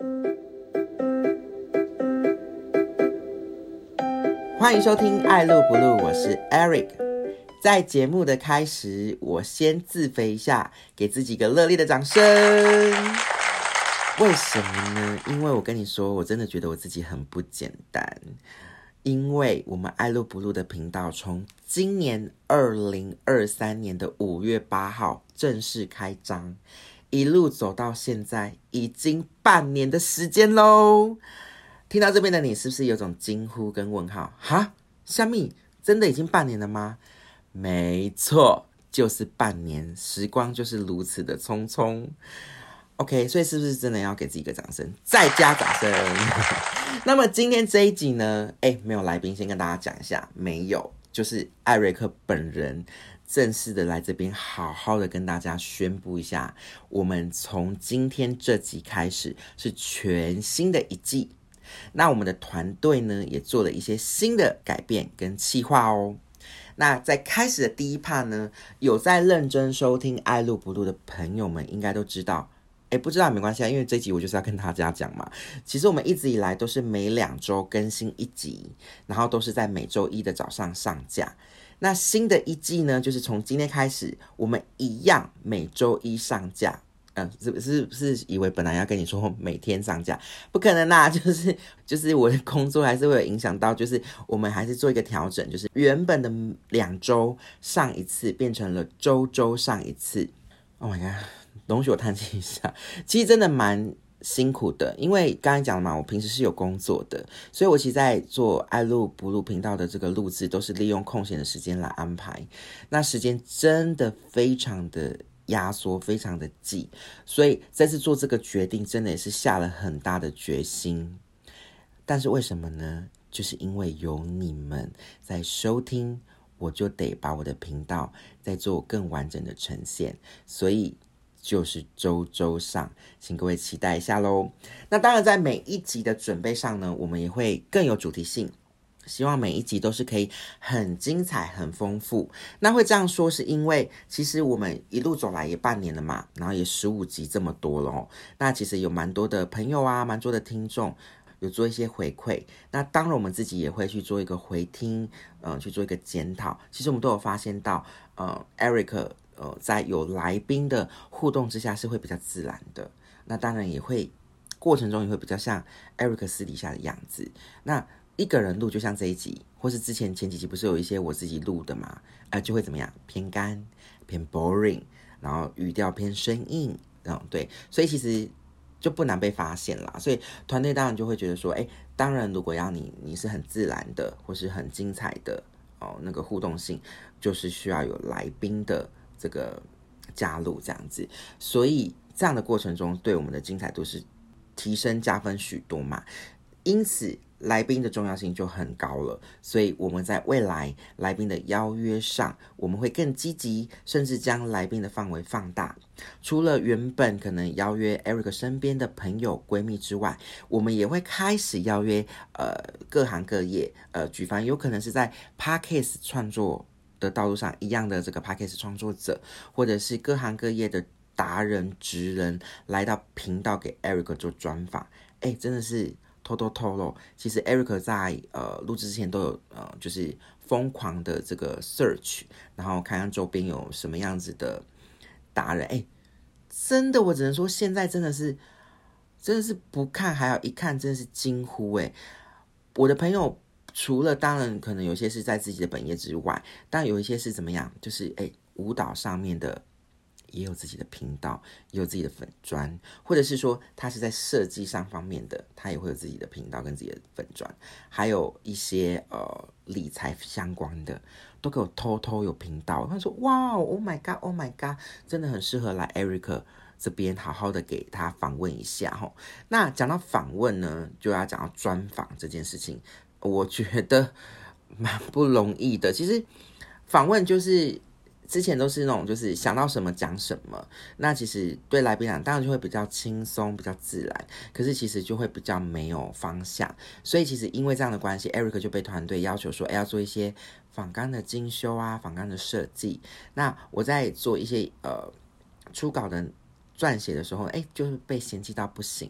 欢迎收听爱录不录，我是 Eric。在节目的开始，我先自肥一下，给自己一个热烈的掌声。为什么呢？因为我跟你说，我真的觉得我自己很不简单。因为我们爱录不录的频道从今年2023年的5月8号正式开张，一路走到现在，已经半年的时间咯。听到这边的你是不是有种惊呼跟问号？哈，虾米真的已经半年了吗？没错，就是半年，时光就是如此的匆匆。OK， 所以是不是真的要给自己一个掌声，再加掌声？那么今天这一集呢，没有来宾，先跟大家讲一下，没有，就是艾瑞克本人正式的来这边，好好的跟大家宣布一下，我们从今天这集开始是全新的一季。那我们的团队呢，也做了一些新的改变跟企划哦。那在开始的第一 part 呢，有在认真收听爱录不录的朋友们应该都知道，不知道也没关系啊，因为这一集我就是要跟大家讲嘛。其实我们一直以来都是每2周更新一集，然后都是在每周一的早上上架。那新的一季呢，就是从今天开始，我们一样每周一上架。是以为本来要跟你说每天上架，不可能啦，就是我的工作还是会有影响到，就是我们还是做一个调整，就是原本的2周上一次变成了周上一次。Oh my god， 容许我叹气一下，其实真的蛮辛苦的，因为刚才讲了嘛，我平时是有工作的，所以我其实在做爱录不录频道的这个录制，都是利用空闲的时间来安排，那时间真的非常的压缩，非常的紧，所以这次做这个决定真的也是下了很大的决心。但是为什么呢？就是因为有你们在收听，我就得把我的频道再做更完整的呈现，所以就是周上，请各位期待一下咯。那当然在每一集的准备上呢，我们也会更有主题性，希望每一集都是可以很精彩很丰富。那会这样说是因为其实我们一路走来也半年了嘛，然后也15集这么多了哦。那其实有蛮多的朋友啊，蛮多的听众有做一些回馈，那当然我们自己也会去做一个回听，去做一个检讨。其实我们都有发现到Eric在有来宾的互动之下是会比较自然的，那当然也会过程中也会比较像 Eric 私底下的样子。那一个人录就像这一集，或是前几集不是有一些我自己录的嘛，就会怎么样，偏干偏 boring， 然后语调偏生硬，对，所以其实就不难被发现啦。所以团队当然就会觉得说，当然如果要你是很自然的或是很精彩的那个互动性，就是需要有来宾的这个加入这样子，所以这样的过程中对我们的精彩度是提升加分许多嘛，因此来宾的重要性就很高了。所以我们在未来来宾的邀约上，我们会更积极，甚至将来宾的范围放大。除了原本可能邀约 Eric 身边的朋友闺蜜之外，我们也会开始邀约各行各业，举凡有可能是在 Podcast 创作的道路上一样的这个 Podcast 创作者，或者是各行各业的达人职人来到频道给 Eric 做专访。真的是偷露，其实 Eric 在录制之前都有就是疯狂的这个 search， 然后看看周边有什么样子的达人。真的我只能说现在真的是不看还好，一看真的是惊呼。我的朋友除了当然可能有些是在自己的本业之外，但有一些是怎么样，就是舞蹈上面的也有自己的频道，也有自己的粉专，或者是说他是在设计上方面的，他也会有自己的频道跟自己的粉专，还有一些理财相关的都给我偷有频道。他说哇 Oh my god 真的很适合来 Eric 这边好好的给他访问一下。那讲到访问呢，就要讲到专访这件事情，我觉得蛮不容易的。其实访问就是之前都是那种就是想到什么讲什么，那其实对来宾讲当然就会比较轻松比较自然，可是其实就会比较没有方向。所以其实因为这样的关系， Eric 就被团队要求说要做一些访纲的精修啊，访纲的设计。那我在做一些初稿的撰写的时候，就是被嫌弃到不行。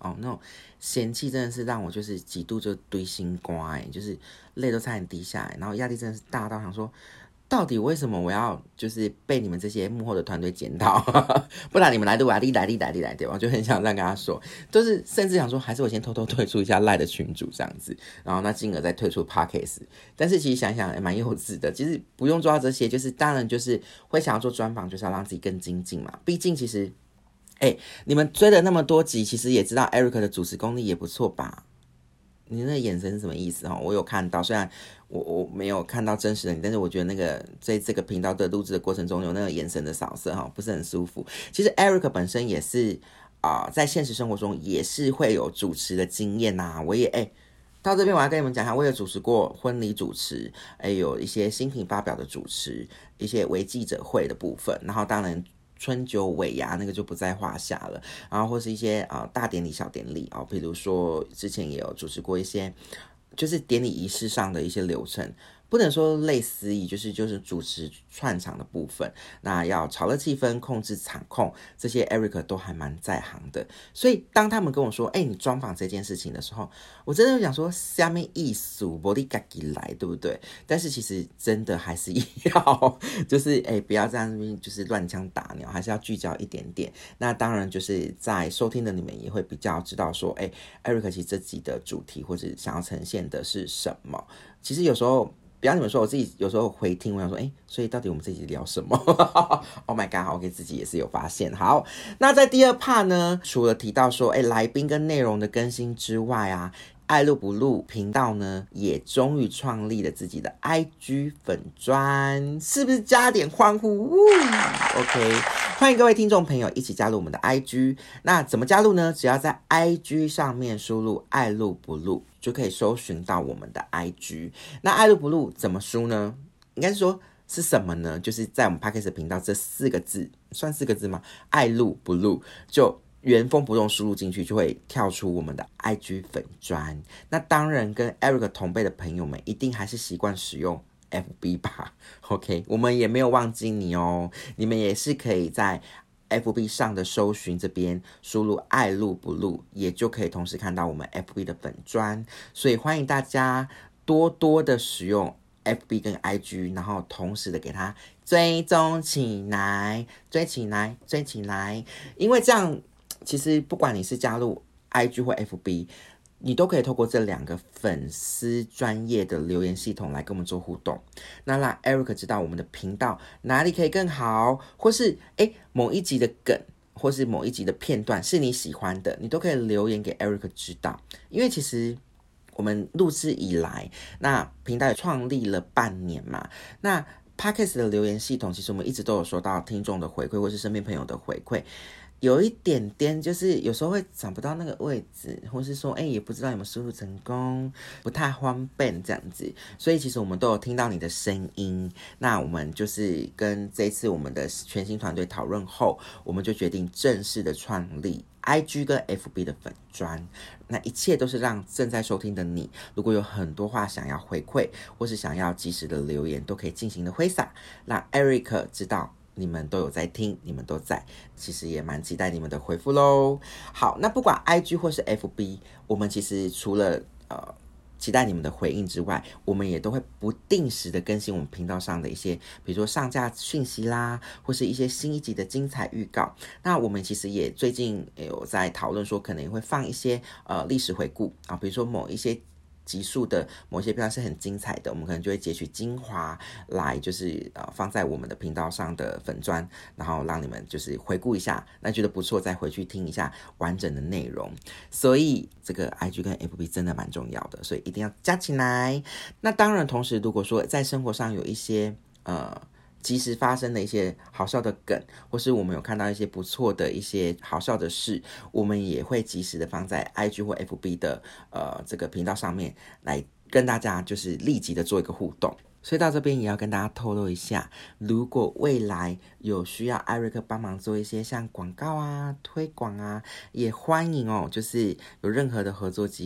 那种嫌弃真的是让我就是几度就堆心瓜就是泪都差点滴下来，然后压力真的是大到想说，到底为什么我要就是被你们这些幕后的团队检讨？不然你们来对吧？你来对吧？我就很想这样跟他说，就是甚至想说，还是我先偷偷退出一下赖的群组这样子，然后那进而再退出 Podcast。但是其实想想也蛮幼稚的，其实不用做到这些，就是当然就是会想要做专访，就是要让自己更精进嘛。毕竟其实，你们追了那么多集，其实也知道 Eric 的主持功力也不错吧？你那个眼神是什么意思？我有看到，虽然我没有看到真实的你，但是我觉得那个在这个频道的录制的过程中有那个眼神的扫射不是很舒服。其实 Eric 本身也是在现实生活中也是会有主持的经验呐。我也到这边我要跟你们讲一下，我也主持过婚礼主持，有一些新品发表的主持，一些微记者会的部分，然后当然春酒尾牙那个就不在话下了，然后或是一些大典礼小典礼比如说之前也有主持过一些就是典礼仪式上的一些流程，不能说类似于就是主持串场的部分，那要炒热气氛、控制场控，这些 Eric 都还蛮在行的。所以当他们跟我说你专访这件事情的时候，我真的想说下面艺术不你自己来，对不对？但是其实真的还是要就是不要这样就是乱枪打鸟，还是要聚焦一点点。那当然就是在收听的你们也会比较知道说Eric 其实这集的主题或者想要呈现的是什么。其实有时候不要你们说，我自己有时候回听，我想说所以到底我们这集聊什么？Oh my god， 好，我给自己也是有发现。好，那在第二 part 呢，除了提到说来宾跟内容的更新之外爱录不录频道呢，也终于创立了自己的 IG 粉专，是不是加点欢呼？OK， 欢迎各位听众朋友一起加入我们的 IG。那怎么加入呢？只要在 IG 上面输入爱录不录，就可以搜寻到我们的 IG。那爱录不录怎么输呢？应该是说是什么呢？就是在我们 Podcast 频道这4个字，算4个字吗？爱录不录就原封不动输入进去，就会跳出我们的 IG 粉专。那当然跟 Eric 同辈的朋友们一定还是习惯使用 FB 吧 OK， 我们也没有忘记你你们也是可以在 FB 上的搜寻这边输入爱录不录，也就可以同时看到我们 FB 的粉专。所以欢迎大家多多的使用 FB 跟 IG， 然后同时的给它追踪起来，追起来，因为这样其实不管你是加入 IG 或 FB， 你都可以透过这2个粉丝专业的留言系统来跟我们做互动，那让 Eric 知道我们的频道哪里可以更好，或是某一集的梗或是某一集的片段是你喜欢的，你都可以留言给 Eric 知道。因为其实我们录制以来，那频道也创立了半年嘛，那 Podcast 的留言系统其实我们一直都有收到听众的回馈或是身边朋友的回馈，有一点点就是有时候会找不到那个位置，或是说也不知道有没有输入成功，不太方便这样子。所以其实我们都有听到你的声音，那我们就是跟这一次我们的全新团队讨论后，我们就决定正式的创立 IG 跟 FB 的粉专。那一切都是让正在收听的你，如果有很多话想要回馈或是想要及时的留言，都可以尽情的挥洒，让 Eric 知道你们都有在听，你们都在，其实也蛮期待你们的回复咯。好，那不管 IG 或是 FB， 我们其实除了期待你们的回应之外，我们也都会不定时的更新我们频道上的一些，比如说上架讯息啦，或是一些新一集的精彩预告。那我们其实也最近有在讨论说，可能也会放一些历史回顾比如说某一些集数的某些片段是很精彩的，我们可能就会截取精华来就是放在我们的频道上的粉专，然后让你们就是回顾一下，那觉得不错再回去听一下完整的内容。所以这个 IG 跟 FB 真的蛮重要的，所以一定要加起来。那当然同时如果说在生活上有一些即时发生的一些好笑的梗，或是我们有看到一些不错的一些好笑的事，我们也会及时的放在 IG 或 FB 的这个频道上面来跟大家就是立即的做一个互动。所以到这边也要跟大家透露一下，如果未来有需要 Eric 帮忙做一些像广告推广也欢迎就是有任何的合作机会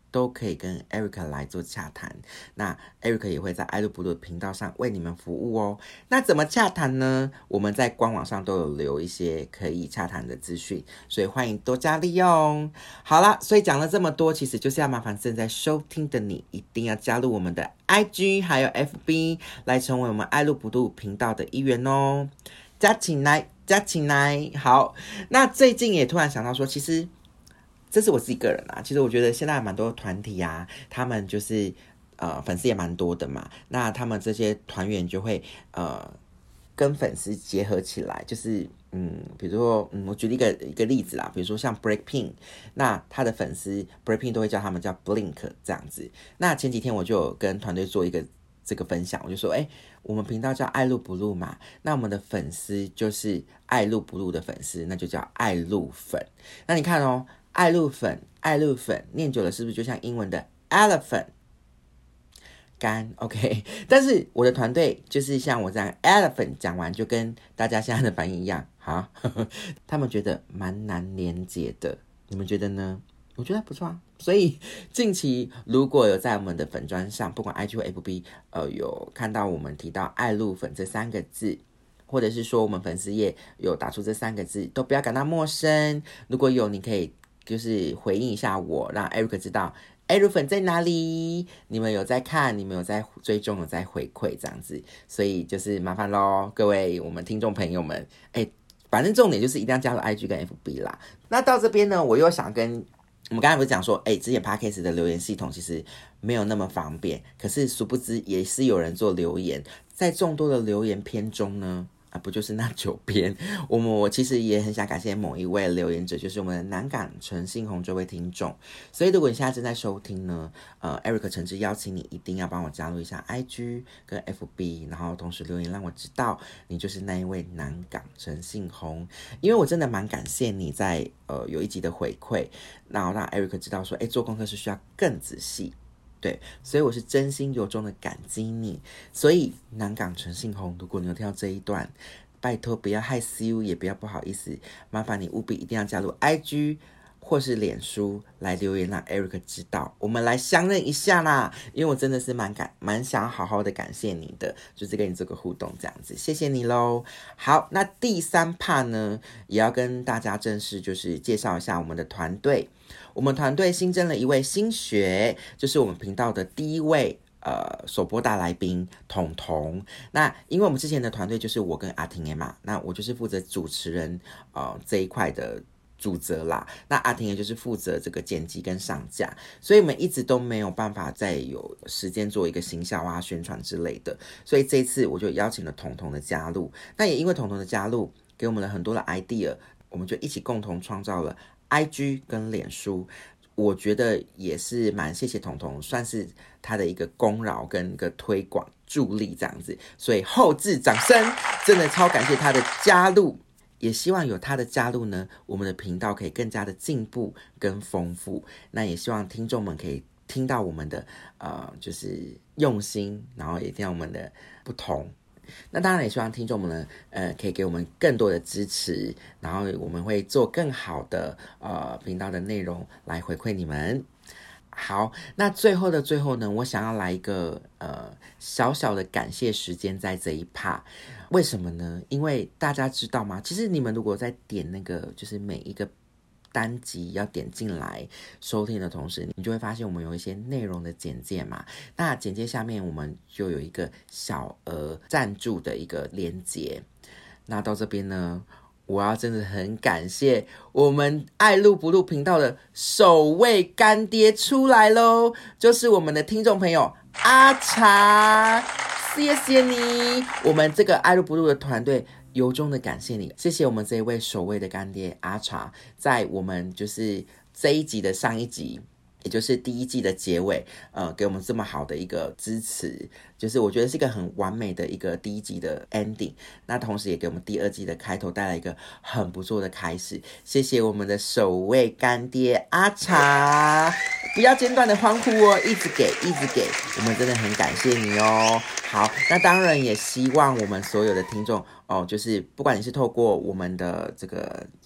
都可以跟 Eric 来做洽谈。那 Eric 也会在爱路不路的频道上为你们服务哦。那怎么洽谈呢？我们在官网上都有留一些可以洽谈的资讯，所以欢迎多加利用。好啦，所以讲了这么多，其实就是要麻烦正在收听的你，一定要加入我们的 IG 还有 FB， 来成为我们爱路不路频道的一员哦。加起来，加起来。好，那最近也突然想到说，其实这是我自己个人啊，其实我觉得现在蛮多团体啊，他们就是粉丝也蛮多的嘛，那他们这些团员就会跟粉丝结合起来，就是比如说我举一个例子啦，比如说像 Breakpink， 那他的粉丝 Breakpink 都会叫他们叫 Blink 这样子。那前几天我就有跟团队做一个这个分享，我就说我们频道叫爱路不路嘛，那我们的粉丝就是爱路不路的粉丝，那就叫爱路粉。那你看哦，爱路粉念久了是不是就像英文的 elephant 干 OK？ 但是我的团队就是像我这样 elephant 讲完就跟大家现在的反应一样哈，他们觉得蛮难连结的，你们觉得呢？我觉得不错啊。所以近期如果有在我们的粉专上，不管 IG 或 FB 有看到我们提到爱路粉这3个字，或者是说我们粉丝页有打出这3个字，都不要感到陌生。如果有，你可以就是回应一下我，让 Eric 知道爱路粉在哪里，你们有在看，你们有在追踪，有在回馈这样子。所以就是麻烦咯，各位我们听众朋友们，反正重点就是一定要加入 IG 跟 FB 啦。那到这边呢，我又想跟我们刚才不是讲说之前 Podcast 的留言系统其实没有那么方便，可是殊不知也是有人做留言，在众多的留言篇中呢不就是那9篇，我其实也很想感谢某一位留言者，就是我们的南港陈信宏这位听众。所以如果你现在正在收听呢Eric 诚挚邀请你一定要帮我加入一下 IG 跟 FB， 然后同时留言让我知道你就是那一位南港陈信宏，因为我真的蛮感谢你在有一集的回馈，然后让 Eric 知道说做功课是需要更仔细，对，所以我是真心由衷的感激你。所以南港陈信宏，如果你有听到这一段，拜托不要害羞，也不要不好意思，麻烦你务必一定要加入 IG 或是脸书来留言，让 Eric 知道，我们来相认一下啦。因为我真的是蛮想好好的感谢你的，就是跟你做个互动这样子，谢谢你咯。好，那第3 part 呢，也要跟大家正式就是介绍一下我们的团队。我们团队新增了一位新学，就是我们频道的第一位首播大来宾彤彤。那因为我们之前的团队就是我跟阿婷嘛，那我就是负责主持人这一块的主责啦，那阿婷也就是负责这个剪辑跟上架，所以我们一直都没有办法再有时间做一个行销啊宣传之类的，所以这一次我就邀请了彤彤的加入。那也因为彤彤的加入给我们了很多的 idea， 我们就一起共同创造了 IG 跟脸书。我觉得也是蛮谢谢彤彤，算是他的一个功劳跟一个推广助力这样子，所以后置掌声，真的超感谢他的加入。也希望有他的加入呢，我们的频道可以更加的进步跟丰富。那也希望听众们可以听到我们的就是用心，然后也听到我们的不同。那当然也希望听众们呢可以给我们更多的支持，然后我们会做更好的频道的内容来回馈你们。好，那最后的最后呢，我想要来一个小小的感谢时间在这一 part。 为什么呢？因为大家知道吗，其实你们如果在点那个就是每一个单集要点进来收听的同时，你就会发现我们有一些内容的简介嘛，那简介下面我们就有一个小额赞助的一个连结。那到这边呢，我要真的很感谢我们爱路不路频道的首位干爹出来咯，就是我们的听众朋友阿茶，谢谢你。我们这个爱路不路的团队由衷的感谢你，谢谢我们这一位首位的干爹阿茶，在我们就是这一集的上一集，也就是第1季的结尾给我们这么好的一个支持，就是我觉得是一个很完美的一个第1季的 ending， 那同时也给我们第2季的开头带来一个很不错的开始。谢谢我们的首位干爹阿茶，不要间断的欢呼哦，一直给一直给，我们真的很感谢你哦。好，那当然也希望我们所有的听众就是不管你是透过我们的这个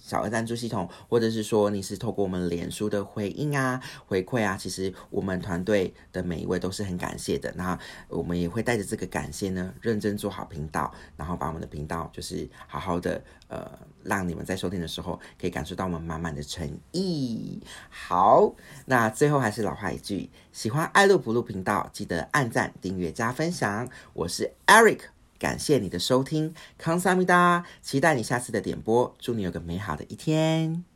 小额赞助系统，或者是说你是透过我们脸书的回应啊、回馈啊，其实我们团队的每一位都是很感谢的。那我们也会带着这个感谢呢，认真做好频道，然后把我们的频道就是好好的让你们在收听的时候可以感受到我们满满的诚意。好，那最后还是老话一句，喜欢爱录不录频道，记得按赞、订阅、加分享。我是 Eric。感谢你的收听，康萨米达，期待你下次的点播，祝你有个美好的一天。